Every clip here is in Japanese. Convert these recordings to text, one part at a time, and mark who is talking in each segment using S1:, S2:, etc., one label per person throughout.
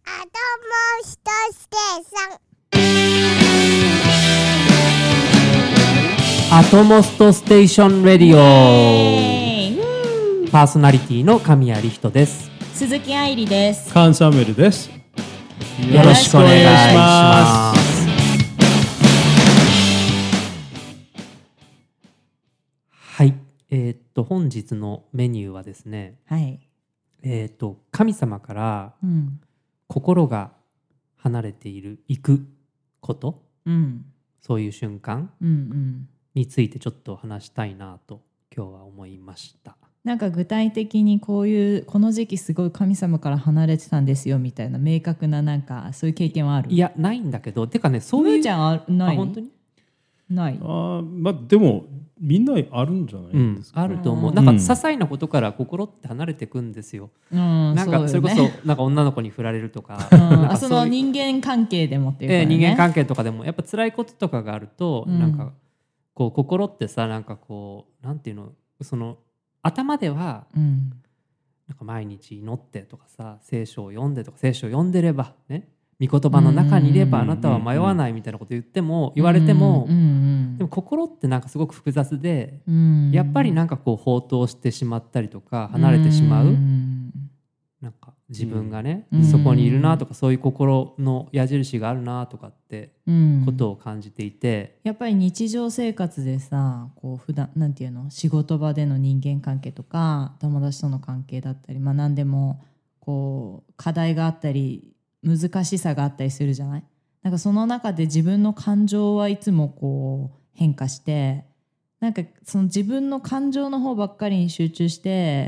S1: アトモストステーション。
S2: アトモストステーションレディオ、パーソナリティの神谷理人です。
S3: 鈴木愛理です。
S4: カンサムエルです。
S2: よろしくお願いします。はい、本日のメニューはですね、
S3: はい、
S2: 神様から心が離れている行くこと、そういう瞬間についてちょっと話したいなと今日は思いました。
S3: なんか具体的にこの時期すごい神様から離れてたんですよみたいな明確ななんかそういう経験はある？
S2: いやないんだけど、てかね、そういう
S3: むーちゃんはない？
S2: 本当に
S3: ない。
S4: でもみんなあるんじゃないですか、
S2: あると思う。なんか些細なことから心って離れてくんですよ。なんかそれこそなんか女の子に振られるとか、
S3: その人間関係でもっていうかね、
S2: 人間関係とかでもやっぱ辛いこととかがあると、なんかこう心ってさ、なんかこうなんていうの、その頭ではなんか毎日祈ってとかさ、聖書を読んでとか、聖書を読んでればね、御言葉の中にいればあなたは迷わないみたいなこと言われても、でも心ってなんかすごく複雑で、やっぱりなんかこう放蕩してしまったりとか離れてしまう、なんか自分がね、そこにいるなとか、そういう心の矢印があるなとかってことを感じていて、
S3: やっぱり日常生活でさ、こう普段なんていうの、仕事場での人間関係とか友達との関係だったり、何でもこう課題があったり難しさがあったりするじゃない。なんかその中で自分の感情はいつもこう変化して、なんかその自分の感情の方ばっかりに集中して、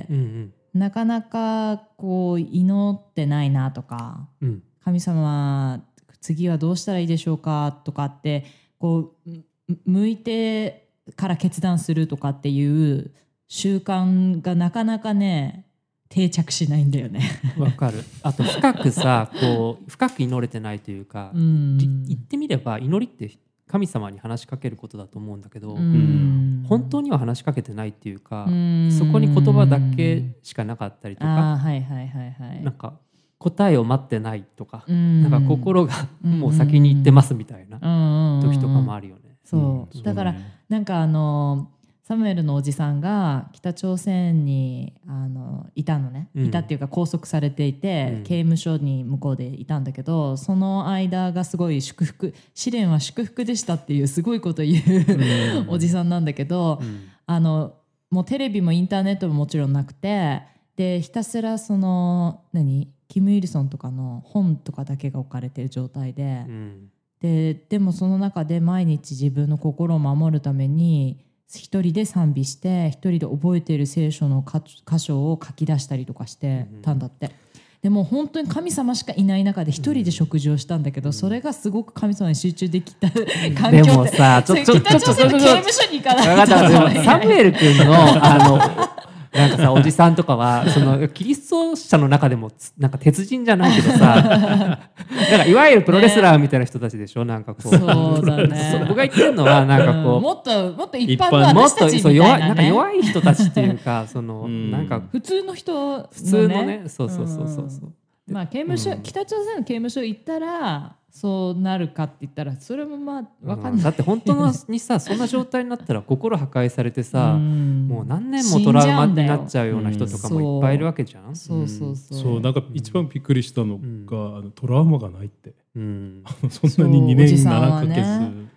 S3: なかなかこう祈ってないなとか、神様次はどうしたらいいでしょうかとかってこう向いてから決断するとかっていう習慣がなかなかね定着しないんだよね。
S2: わかる。あと深くさ、こう深く祈れてないというか、言ってみれば祈りって神様に話しかけることだと思うんだけど、本当には話しかけてないっていうか、そこに言葉だけしかなかったりとか、なんか答えを待ってないとか、なんか心がもう先に行ってますみたいな時とかもあるよね。
S3: そうだからなんかサムエルのおじさんが北朝鮮にいたのね、いたっていうか拘束されていて、刑務所に向こうでいたんだけど、その間がすごい試練は祝福でしたっていうすごいこと言うおじさんなんだけど、もうテレビもインターネットももちろんなくて、でひたすらそのキム・イルソンとかの本とかだけが置かれている状態で、でもその中で毎日自分の心を守るために一人で賛美して一人で覚えている聖書の箇所を書き出したりとかしてたんだって。でも本当に神様しかいない中で一人で食事をしたんだけど、それがすごく神様に集中できた環境で。
S2: でもさ、北
S3: 朝鮮の刑務所に行かないと。
S2: サムエル君のなんかさ、おじさんとかはそのキリスト者の中でもなんか鉄人じゃないけどさ、なんかいわゆるプロレスラーみたいな人たちでしょ、なんかこう。
S3: そうだね。
S2: 僕が言ってるのはなんかこう、
S3: もっと一般の私たちみたいなね、
S2: なんか弱い人たちっていうか、そのなんか
S3: 普通の人のね、
S2: 普通のね、そう。
S3: 刑務所、北朝鮮の刑務所行ったらそうなるかって言ったら、それも分かんない、
S2: だって本当にさ、そんな状態になったら心破壊されてさ、もう何年もトラウマになっちゃうような人とかもいっぱいいるわけじゃん。
S3: そう
S4: なんか一番びっくりしたのが、トラウマがないって、そんなに2年7ヶ月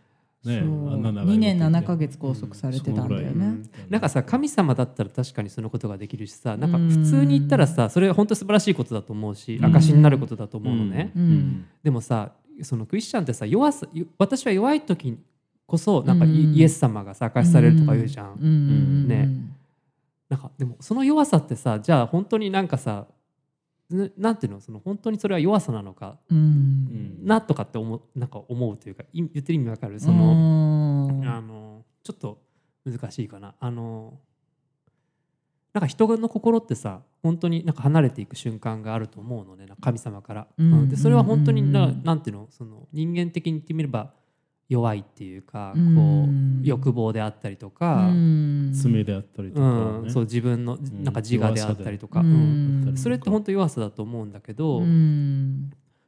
S3: 2年7ヶ月拘束されてたんだよね。
S2: なんかさ、神様だったら確かにそのことができるしさ、なんか普通に言ったらさ、それは本当に素晴らしいことだと思うし、証になることだと思うのね。でもさ、そのクリスチャンってさ、私は弱い時こそなんかイエス様がさ証しされるとか言うじゃん。ね。なんかでもその弱さってさ、じゃあ本当になんかさ、なんていうの、その本当にそれは弱さなのかなとかってなんか思うというか、言ってる意味わかる？そのちょっと難しいかな。なんか人の心ってさ、本当になんか離れていく瞬間があると思うのね、神様から。でそれは本当になんていうの、その人間的に言ってみれば弱いっていうか、こう欲望であったりとか、
S4: 罪であったりとか、
S2: そう自分のなんか自我であったりとか、それって本当弱さだと思うんだけど、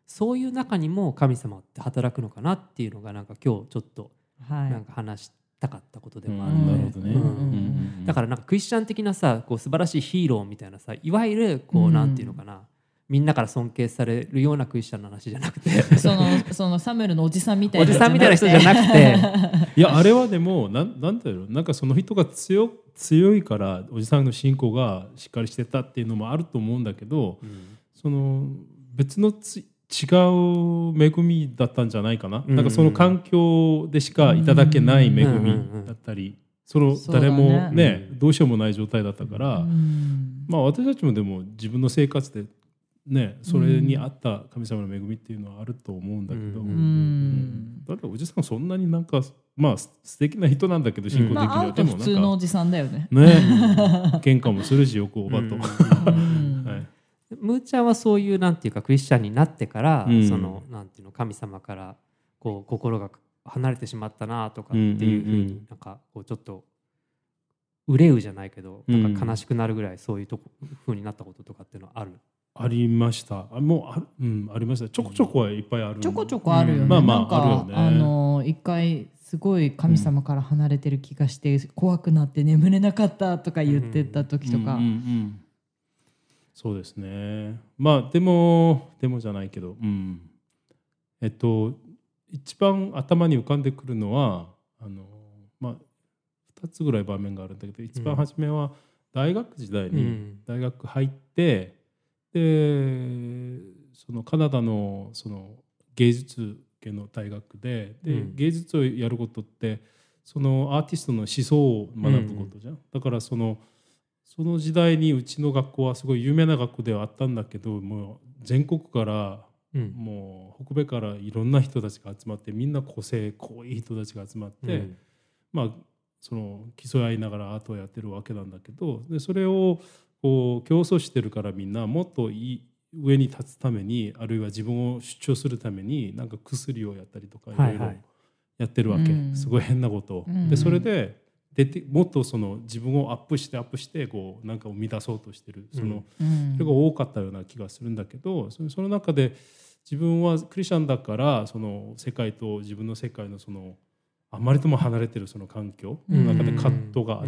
S2: そういう中にも神様って働くのかなっていうのがなんか今日ちょっとなんか話したかったことでもあるので、だからなんかクリスチャン的なさこう素晴らしいヒーローみたいなさいわゆるこうなんていうのかな、みんなから尊敬されるようなクリスチャンの話じゃなくて
S3: そのサムエルのおじさんみたいな
S2: おじさんみたいな人じゃなくて
S4: いやあれはでもなんだろう、なんかその人が強いからおじさんの信仰がしっかりしてたっていうのもあると思うんだけど、その別の違う恵みだったんじゃないかな、なんかその環境でしかいただけない恵みだったり、その誰もねどうしようもない状態だったから、まあ私たちもでも自分の生活でね、それに合った神様の恵みっていうのはあると思うんだけど、だっておじさんそんなになんかまあ素敵な人なんだけど信仰的には、
S3: でも普通のおじさんだよね。
S4: 喧嘩もするしよくおばと。
S2: むーちゃんはそういうなんていうかクリスチャンになってから、そのなんていうの神様からこう心が離れてしまったなとかっていうふうになんかこうちょっと憂うじゃないけどなんか悲しくなるぐらいそういうふうになったこととかっていうのはある？
S4: ありました。もうありました。ちょこちょこはいっぱいある。
S3: ちょこちょこあるよね。なんか一回すごい神様から離れてる気がして怖くなって眠れなかったとか言ってた時とか。
S4: そうですね。まあでもじゃないけど、一番頭に浮かんでくるのはまあ2つぐらい場面があるんだけど、一番初めは大学時代に大学入って。でそのカナダのその芸術系の大学で芸術をやることってそのアーティストの思想を学ぶことじゃん。だからその時代にうちの学校はすごい有名な学校ではあったんだけど、もう全国からもう北米からいろんな人たちが集まって、みんな濃い人たちが集まって、まあその競い合いながらアートをやってるわけなんだけど、でそれをこう競争してるからみんなもっと上に立つために、あるいは自分を主張するためになんか薬をやったりとかいろいろやってるわけ、すごい変なことを。でそれでもっとその自分をアップしてこうなんかを乱そうとしてる、それが多かったような気がするんだけど、その中で自分はクリスチャンだからその世界と自分の世界のそのあまりとも離れてるその環境の中で葛藤があって、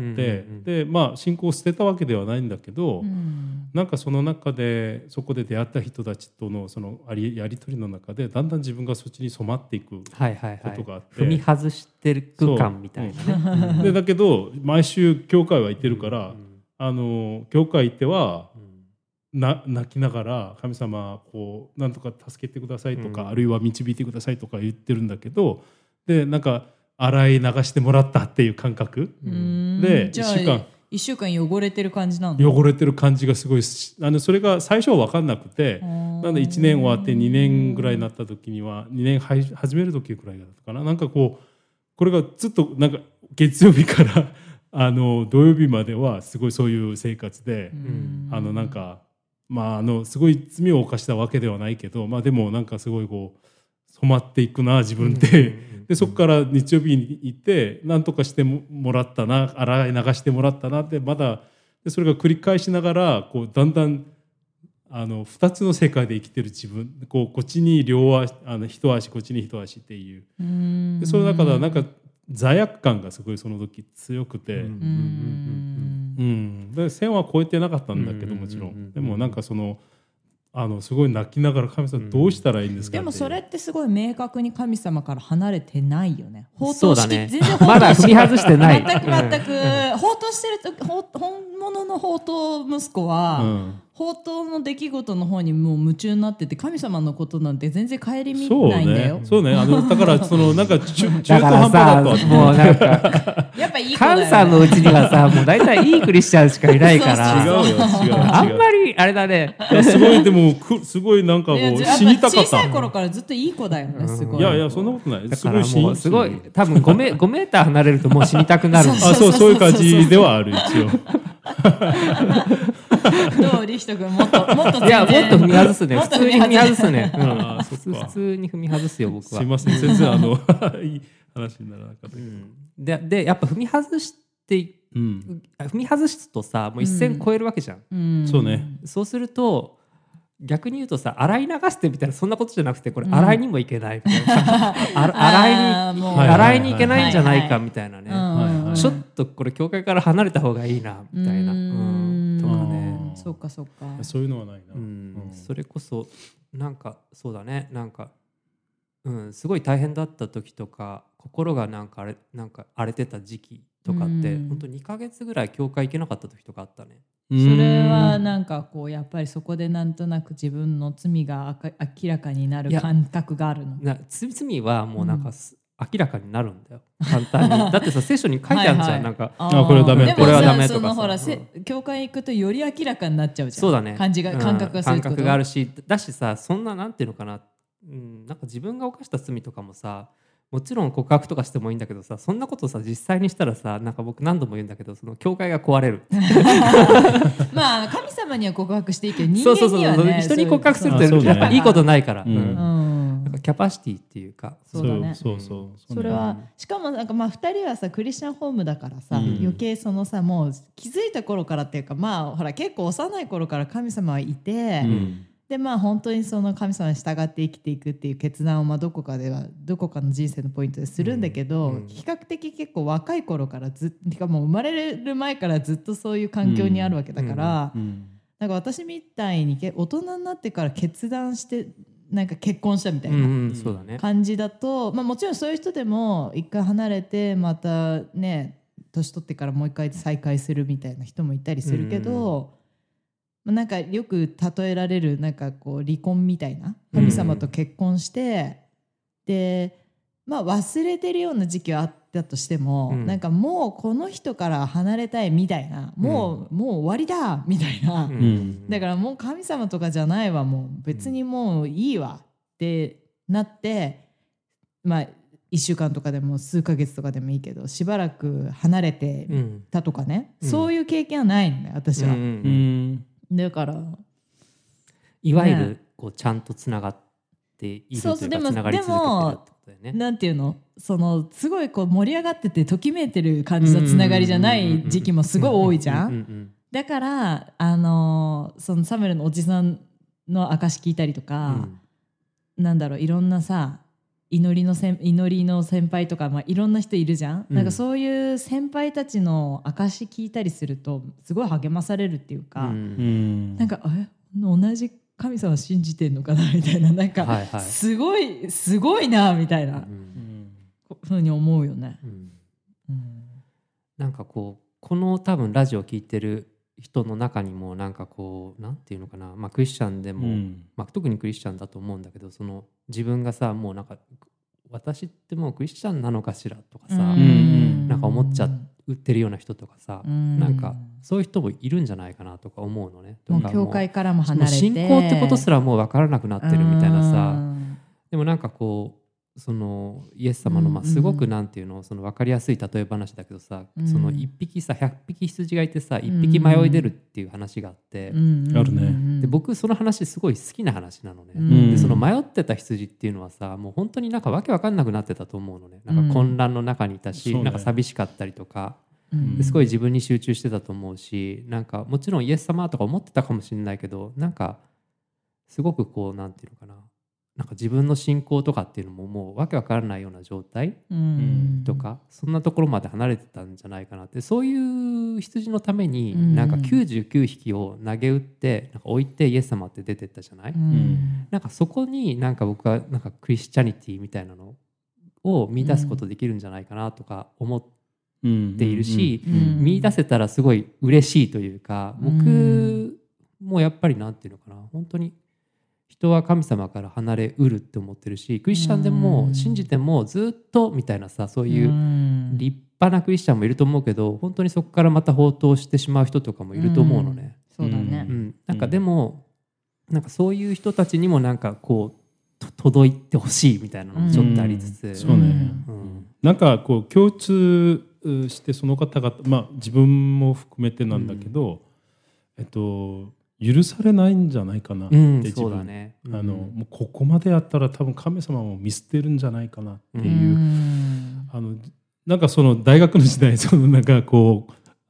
S4: でまあ信仰を捨てたわけではないんだけど、なんかその中でそこで出会った人たちとのそのやり取りの中でだんだん自分がそっちに染まっていくことがあって、
S2: 踏み外してる空間みたいなね。
S4: でだけど毎週教会は行ってるから、教会行っては泣きながら神様こうなんとか助けてくださいとか、あるいは導いてくださいとか言ってるんだけど、でなんか洗い流してもらったっていう感覚で1
S3: 週間汚れてる感じなの？
S4: 汚れてる感じがすごいそれが最初は分かんなくて、なんで1年終わって2年ぐらいになった時には2年始める時くらいだったかな、なんかこれがずっとなんか月曜日から土曜日まではすごいそういう生活で、なんかまあすごい罪を犯したわけではないけど、まあでもなんかすごいこう染まっていくな自分で。でそこから日曜日に行って何とかしてもらったな、洗い流してもらったなって、まだでそれが繰り返しながらこうだんだん2つの世界で生きてる自分、こっちに一足こっちに一足っていう、でその中ではなんか罪悪感がすごいその時強くて、で線は越えてなかったんだけどもちろん、でもなんかそのすごい泣きながら神様どうしたらいいんですかって。
S3: でもそれってすごい明確に神様から離れてないよね。
S2: そうだね。まだ踏み外してない。
S3: 全く放蕩してると本物の放蕩息子は、放蕩の出来事の方にもう夢中になってて、神様のことなんて全然顧みないんだよ。
S4: そうね。だからなんか中途半端だと
S2: もうなんか
S3: やっぱいい子だよね。
S2: カンさんのうちにはさ、もう大体いいクリスチャンしかいないから。
S4: 違う。
S2: あんまりあれだね。
S4: すごいでもすごいなんかもう死にたかった。
S3: 小さい頃からずっといい子だよね。すごい。
S4: いやそんなことない。
S2: だからもうすごい多分5メーター離れるともう死にたくなる。
S4: そういう感じではある一応。
S3: どうリヒト君もっと
S2: いやもっと踏み外すね。普通に踏み外すね。普通に踏み外すよ僕は。
S4: すいません全然いい話にならなかったけど。
S2: でやっぱ踏み外して踏み外すとさもう一線越えるわけじゃん。
S4: そうね。
S2: そうすると逆に言うとさ洗い流してみたいなそんなことじゃなくてこれ洗いにもいけないみたいな、洗いにいけないんじゃないかみたいなね、ちょっとこれ教会から離れた方がいいなみたいな、とかね。
S3: そうかそうか。
S4: そういうのはないな。
S2: それこそなんかそうだね、なんか、すごい大変だった時とか心がなんか荒れてた時期とかって本当2ヶ月ぐらい教会行けなかった時とかあったね。
S3: それはなんかこうやっぱりそこでなんとなく自分の罪が明らかになる感覚があるの。
S2: 罪はもうなんか、明らかになるんだよ簡単に。だってさ聖書に書いてあるじゃん、なんか
S4: これはダメ、
S2: これはダメとかさ。
S3: でもそのほら教会行くとより明らかになっちゃうじゃん。
S2: そうだね。
S3: 感覚がするってこと。
S2: 感覚があるしだしさ、そんななんていうのかな、なんか自分が犯した罪とかもさ、もちろん告白とかしてもいいんだけどさ、そんなことさ実際にしたらさ、なんか僕何度も言うんだけど、その教会が壊れる。
S3: まあ神様には告白していいけど人間にはね、
S2: 人に告白するってやっぱいいことないから、なんかキャパシティっていうか、
S3: そうだね。
S4: そ
S3: れはしかもなんかまあ2人はさクリスチャンホームだからさ、余計そのさもう気づいた頃からっていうか、まあほら結構幼い頃から神様はいて、でまあ本当にその神様に従って生きていくっていう決断をまあどこかの人生のポイントでするんだけど、比較的結構若い頃からてかもう生まれる前からずっとそういう環境にあるわけだから、なんか私みたいに大人になってから決断してなんか結婚したみたいな感じだと、まあもちろんそういう人でも一回離れてまたね年取ってからもう一回再会するみたいな人もいたりするけど。なんかよく例えられるなんかこう離婚みたいな、神様と結婚して、でまあ忘れてるような時期はあったとしても、なんかもうこの人から離れたいみたいな、もう終わりだみたいな、だからもう神様とかじゃないわ、もう別にもういいわってなって、まあ1週間とかでも数ヶ月とかでもいいけどしばらく離れてたとかね、そういう経験はないんだよ私は。だから
S2: いわゆるこうちゃんとつながっているというか、つながり続けてるってことだよね。
S3: なんていうの、そのすごいこう盛り上がっててときめいてる感じのつながりじゃない時期もすごい多いじゃん。だからそのサムエルのおじさんの証聞いたりとか、なんだろう、いろんなさ祈りの先輩とか、まあ、いろんな人いるじゃん、なんかそういう先輩たちの証聞いたりするとすごい励まされるっていうか、なんか同じ神様信じてんのかなみたいな、なんかすごいなみたいなふうに思うよね。
S2: なんかこの多分ラジオを聞いてる人の中にもなんかこうなんていうのかな、まあ、クリスチャンでも、まあ、特にクリスチャンだと思うんだけど、その自分がさもうなんか私ってもうクリスチャンなのかしらとかさ、なんか思っちゃってるような人とかさ、なんかそういう人もいるんじゃないかなとか思うのね。
S3: もう教会からも離れて
S2: 信仰ってことすらもう分からなくなってるみたいなさ、でもなんかこうそのイエス様のまあすごくなんていうの、その分かりやすい例え話だけどさ、その1匹さ100匹羊がいてさ1匹迷い出るっていう話があって、
S4: あるね。
S2: で僕その話すごい好きな話なのね。でその迷ってた羊っていうのはさもう本当になんかわけわかんなくなってたと思うのね。なんか混乱の中にいたし、なんか寂しかったりとか、ですごい自分に集中してたと思うし、なんかもちろんイエス様とか思ってたかもしれないけど、なんかすごくこうなんていうのかな、なんか自分の信仰とかっていうのももうわけわからないような状態とか、そんなところまで離れてたんじゃないかなって。そういう羊のためになんか99匹を投げ打ってなんか置いてイエス様って出てったじゃない、なんかそこになんか僕はなんかクリスチャニティみたいなのを見出すことできるんじゃないかなとか思っているし、見出せたらすごい嬉しいというか、僕もやっぱりなんていうのかな、本当に人は神様から離れうるって思ってるし、クリスチャンでも信じてもずっとみたいなさ、そういう立派なクリスチャンもいると思うけど、本当にそこからまた放蕩してしまう人とかもいると思うのね。
S3: そうだね。
S2: なんかでもなんかそういう人たちにもなんかこう届いてほしいみたいなのもちょっとありつつ、
S4: そうね。なんかこう共通してその方々、まあ自分も含めてなんだけど、許されないんじゃないかなって自分、
S2: そうだね、
S4: もうここまでやったら多分神様も見捨てるんじゃないかなっていう、なんかその大学の時代そのなんかこう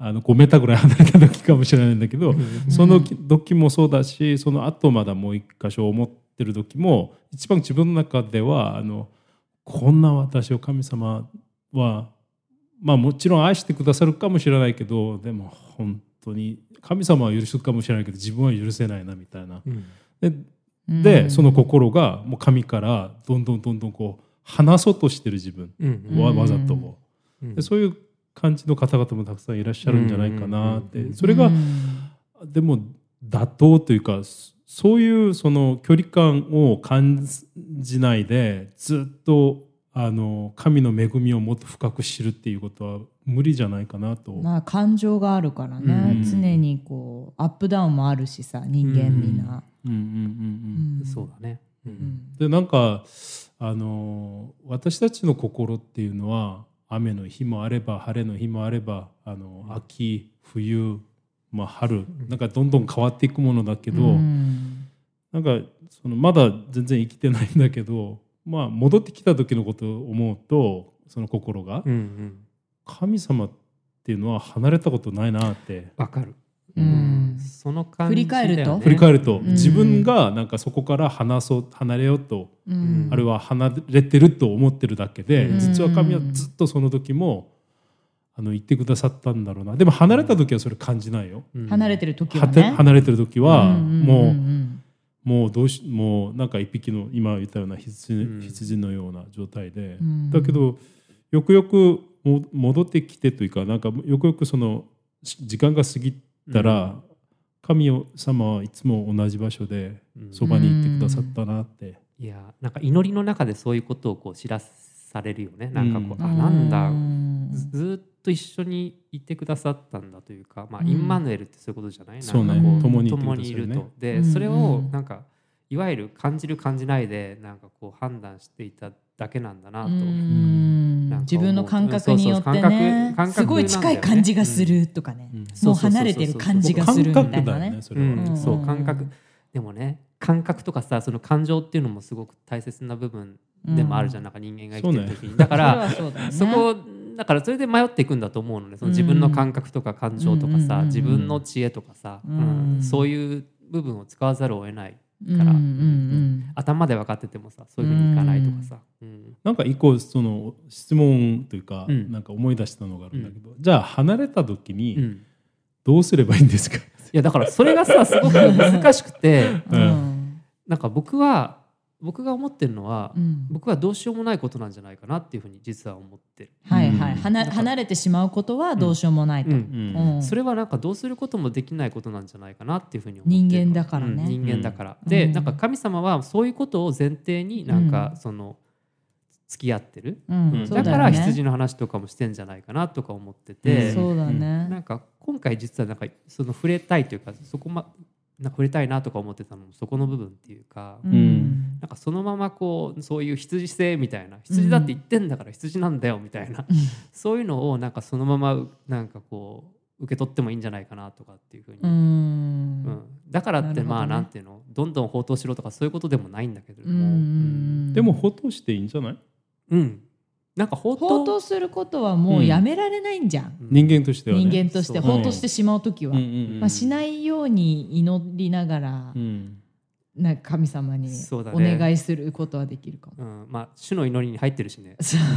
S4: 5メーターぐらい離れた時かもしれないんだけど、その時もそうだし、その後まだもう一箇所思ってる時も一番自分の中ではこんな私を神様はまあもちろん愛してくださるかもしれないけど、でも本当に神様は許すかもしれないけど自分は許せないなみたいな、でその心がもう神からどんどんこう離そうとしてる自分、わざとでそういう感じの方々もたくさんいらっしゃるんじゃないかなって、それがでも妥当というか、そういうその距離感を感じないでずっと神の恵みをもっと深く知るっていうことは無理じゃないかなと。
S3: まあ感情があるからね、常にこうアップダウンもあるしさ、人間みんな。
S2: そうだね。
S4: でなんか私たちの心っていうのは雨の日もあれば晴れの日もあれば秋冬、まあ、春なんかどんどん変わっていくものだけど、なんかまだ全然生きてないんだけど、まあ、戻ってきた時のことを思うとその心が、神様っていうのは離れたことないなって
S2: わかる。その感
S3: 振
S2: じ
S3: り返ると
S4: 振り返ると、自分がなんかそこから離れようと、あるいは離れてると思ってるだけで、実は神はずっとその時も言ってくださったんだろうな。でも離れた時はそれ感じないよ。
S3: 離れてる時はね。
S4: 離れてる時はもうなんか一匹の今言ったような羊のような状態で、だけどよくよく戻ってきてというか、なんかよくよくその時間が過ぎたら、神様はいつも同じ場所でそばにいてくださったなって。
S2: いやなんか祈りの中でそういうことをこう知らされるよね。なんかこう、なんだずっと一緒にいてくださったんだというか、まあインマヌエルってそういうことじゃない？
S4: そうね、
S2: 共にいると。でそれをなんかいわゆる感じる感じないでなんかこう判断していただけなんだなと。
S3: 自分の感覚によってね、すごい近い感じがするとかね、もう離れてる感じがするみたいなね。
S2: そう感覚。でもね、感覚とかさ、その感情っていうのもすごく大切な部分でもあるじゃん、なんか人間が生きてる時に。だからそこだからそれで迷っていくんだと思うのね。その自分の感覚とか感情とかさ、自分の知恵とかさ、そういう部分を使わざるを得ないから、頭で分かっててもさ、そういうふうにいかないとかさ。
S4: なんか一個その質問というか、なんか思い出したのがあるんだけど、じゃあ離れた時にどうすればいいんですか？
S2: いやだからそれがさすごく難しくて、なんか僕が思ってるのは、僕はどうしようもないことなんじゃないかなっていうふうに実は思ってる。
S3: 離れてしまうことはどうしようもないと。
S2: それはなんかどうすることもできないことなんじゃないかなっていうふうに思ってる。
S3: 人間だからね。
S2: 人間だから。でなんか神様はそういうことを前提になんかその付き合ってる。だから羊の話とかもしてんじゃないかなとか思ってて、なんか今回実はなんかその触れたいというか、そこなんか触れたいなとか思ってたのもそこの部分っていうか、なんかそのままこうそういう羊性みたいな、羊だって言ってんだから羊なんだよみたいな、そういうのをなんかそのままなんかこう受け取ってもいいんじゃないかなとかっていうふうに、だからってまあなんていうの、どんどん放蕩しろとかそういうことでもないんだけれども、
S4: でも放蕩していいんじゃない？
S2: なんか放
S3: 蕩することはもうやめられないんじゃん、
S4: 人間としてはね。
S3: 人間として放蕩してしまうときは、まあ、しないように祈りながら、なんか神様にお願いすることはできるかも。
S2: まあ主の祈りに入ってるしね。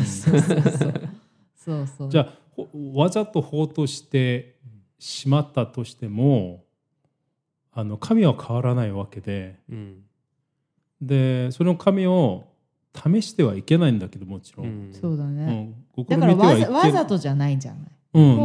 S3: そう
S4: じゃあわざと放蕩してしまったとしても神は変わらないわけで、でその神を試してはいけないんだけど、もちろん、
S3: そうだね、だからわざとじゃないんじゃない、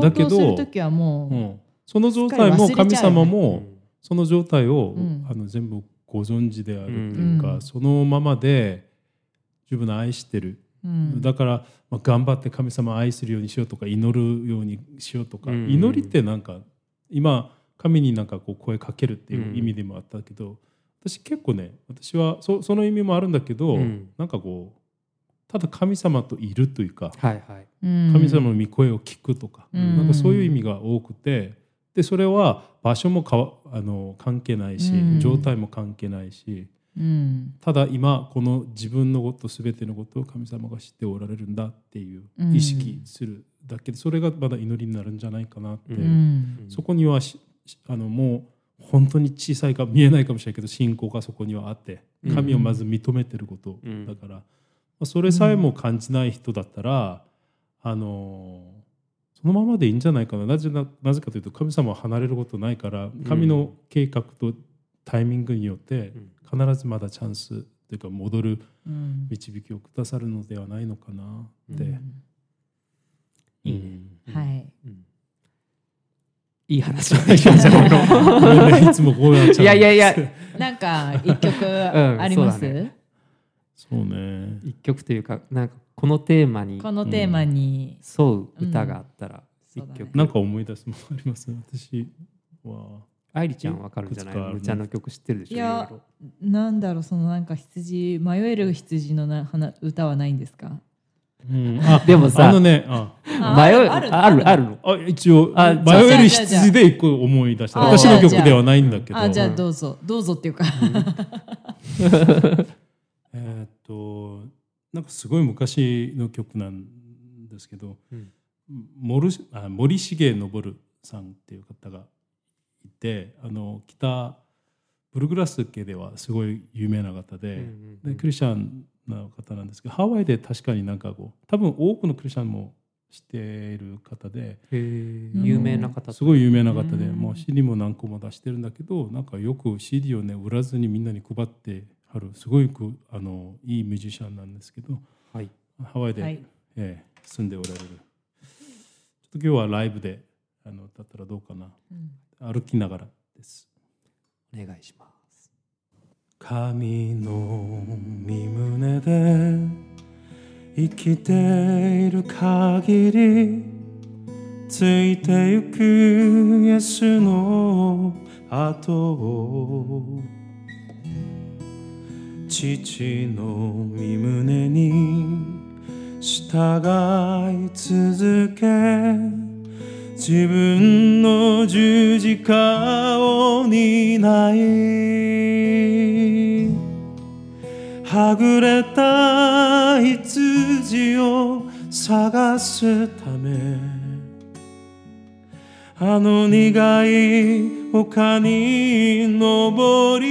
S4: だけど
S3: 放蕩する時はもう、
S4: その状態も神様もその状態を、全部ご存知であるというか、そのままで自分の愛してる、だから、頑張って神様を愛するようにしようとか祈るようにしようとか、祈りってなんか今神になんかこう声かけるっていう意味でもあったけど、私結構ね、私はその意味もあるんだけど、なんかこうただ神様といるというか、神様の御声を聞くとか、なんかそういう意味が多くて、でそれは場所も関係ないし、状態も関係ないし、 ただ今この自分のこと全てのことを神様が知っておられるんだっていう意識するだけで、それがまだ祈りになるんじゃないかなって、そこにはもう本当に小さいか見えないかもしれないけど信仰がそこにはあって、神をまず認めてることだから、それさえも感じない人だったらそのままでいいんじゃないかな。なぜかというと神様は離れることないから、神の計画とタイミングによって必ずまだチャンスというか戻る導きをくださるのではないのかなって、
S3: いいね、はい、
S2: いい話をできました。
S4: いつもこうやっちゃう。
S2: いや
S3: なんか一曲あります？
S4: そうね。
S2: 一曲というか、なんかこのテーマに沿う歌があったら一曲、
S4: なんか思い出すものあります？私は
S2: 愛理ちゃんわかるんじゃない？むちゃんの曲知ってるでしょ？
S3: いや、なんだろう、そのなんか羊、迷える羊の歌はないんですか？
S2: でもさ、
S4: ね、
S2: あるの。
S4: 一応迷える羊で一個思い出した。私の曲ではないんだけど。
S3: じゃあどうぞっていうか。
S4: なんかすごい昔の曲なんですけど、森重昇さんっていう方がいて、北ブルグラス家ではすごい有名な方で、クリスチャンな方なんですけど、ハワイで確かになんか多分多くのクリスチャンも知っている方で、
S2: 有名な方、
S4: すごい有名な方で、もう CD も何個も出してるんだけど、なんかよく CD をね売らずにみんなに配ってはる、すごいいいミュージシャンなんですけど、ハワイで、住んでおられる。ちょっと今日はライブでだったらどうかな、歩きながらです。
S2: お願いします。
S4: 神の御胸で生きている限り、ついてゆくイエスの後を、父の御胸に従い続け、自分の十字架を担い、はぐれた羊を探すため、苦い丘に登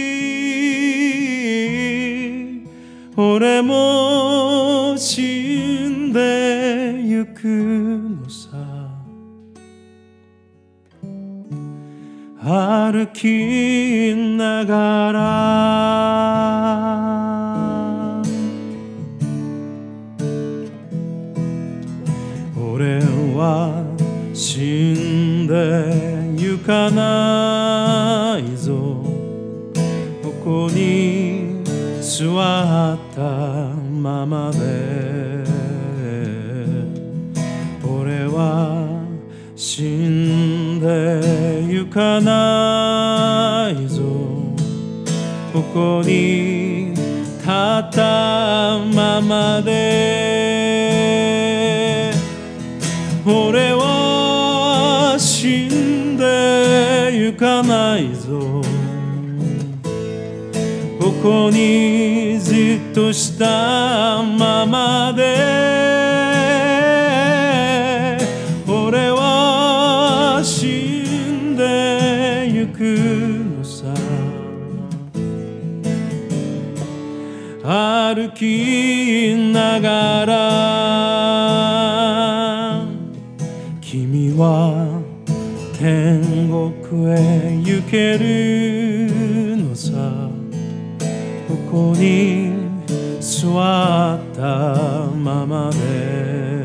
S4: り、俺も死んでゆくのさ。歩きながら、俺は死んでゆかないぞ、ここに座ったままで。俺は死んでゆかないぞ、ここに立ったままで。俺は死んでゆかないぞ、ここにじっとしたままで。俺は死んでゆくのさ。歩きながら、君は天国へ行けるのさ。ここに座ったままで、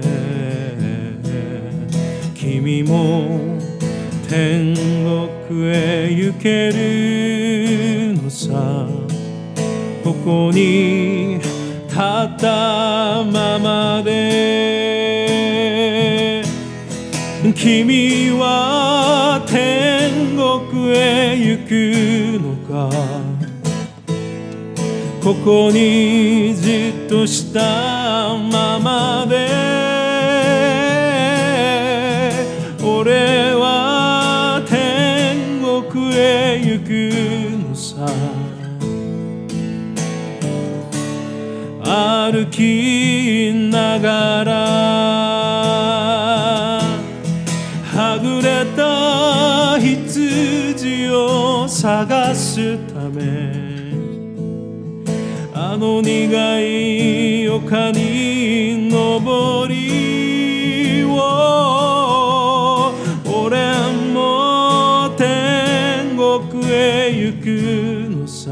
S4: 君も天国へ行けるのさ。ここに立ったままで。君は天国へ行くのか、ここにじっとしたままで。俺は天国へ行くのさ。 歩きながらはぐれた羊を探すためあの苦い丘に登りを俺も天国へ行くのさ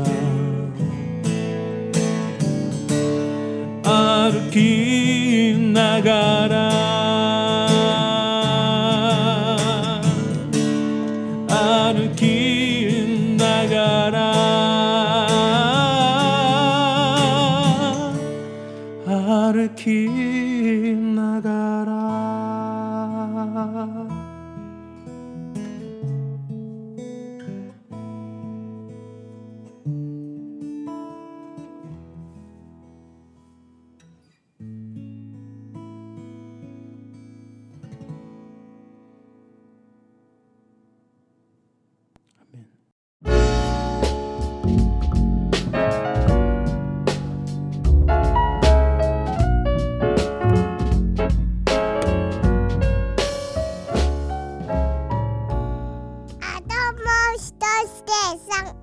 S4: 歩きながら歩きながら歩きながら
S1: あともう一つで3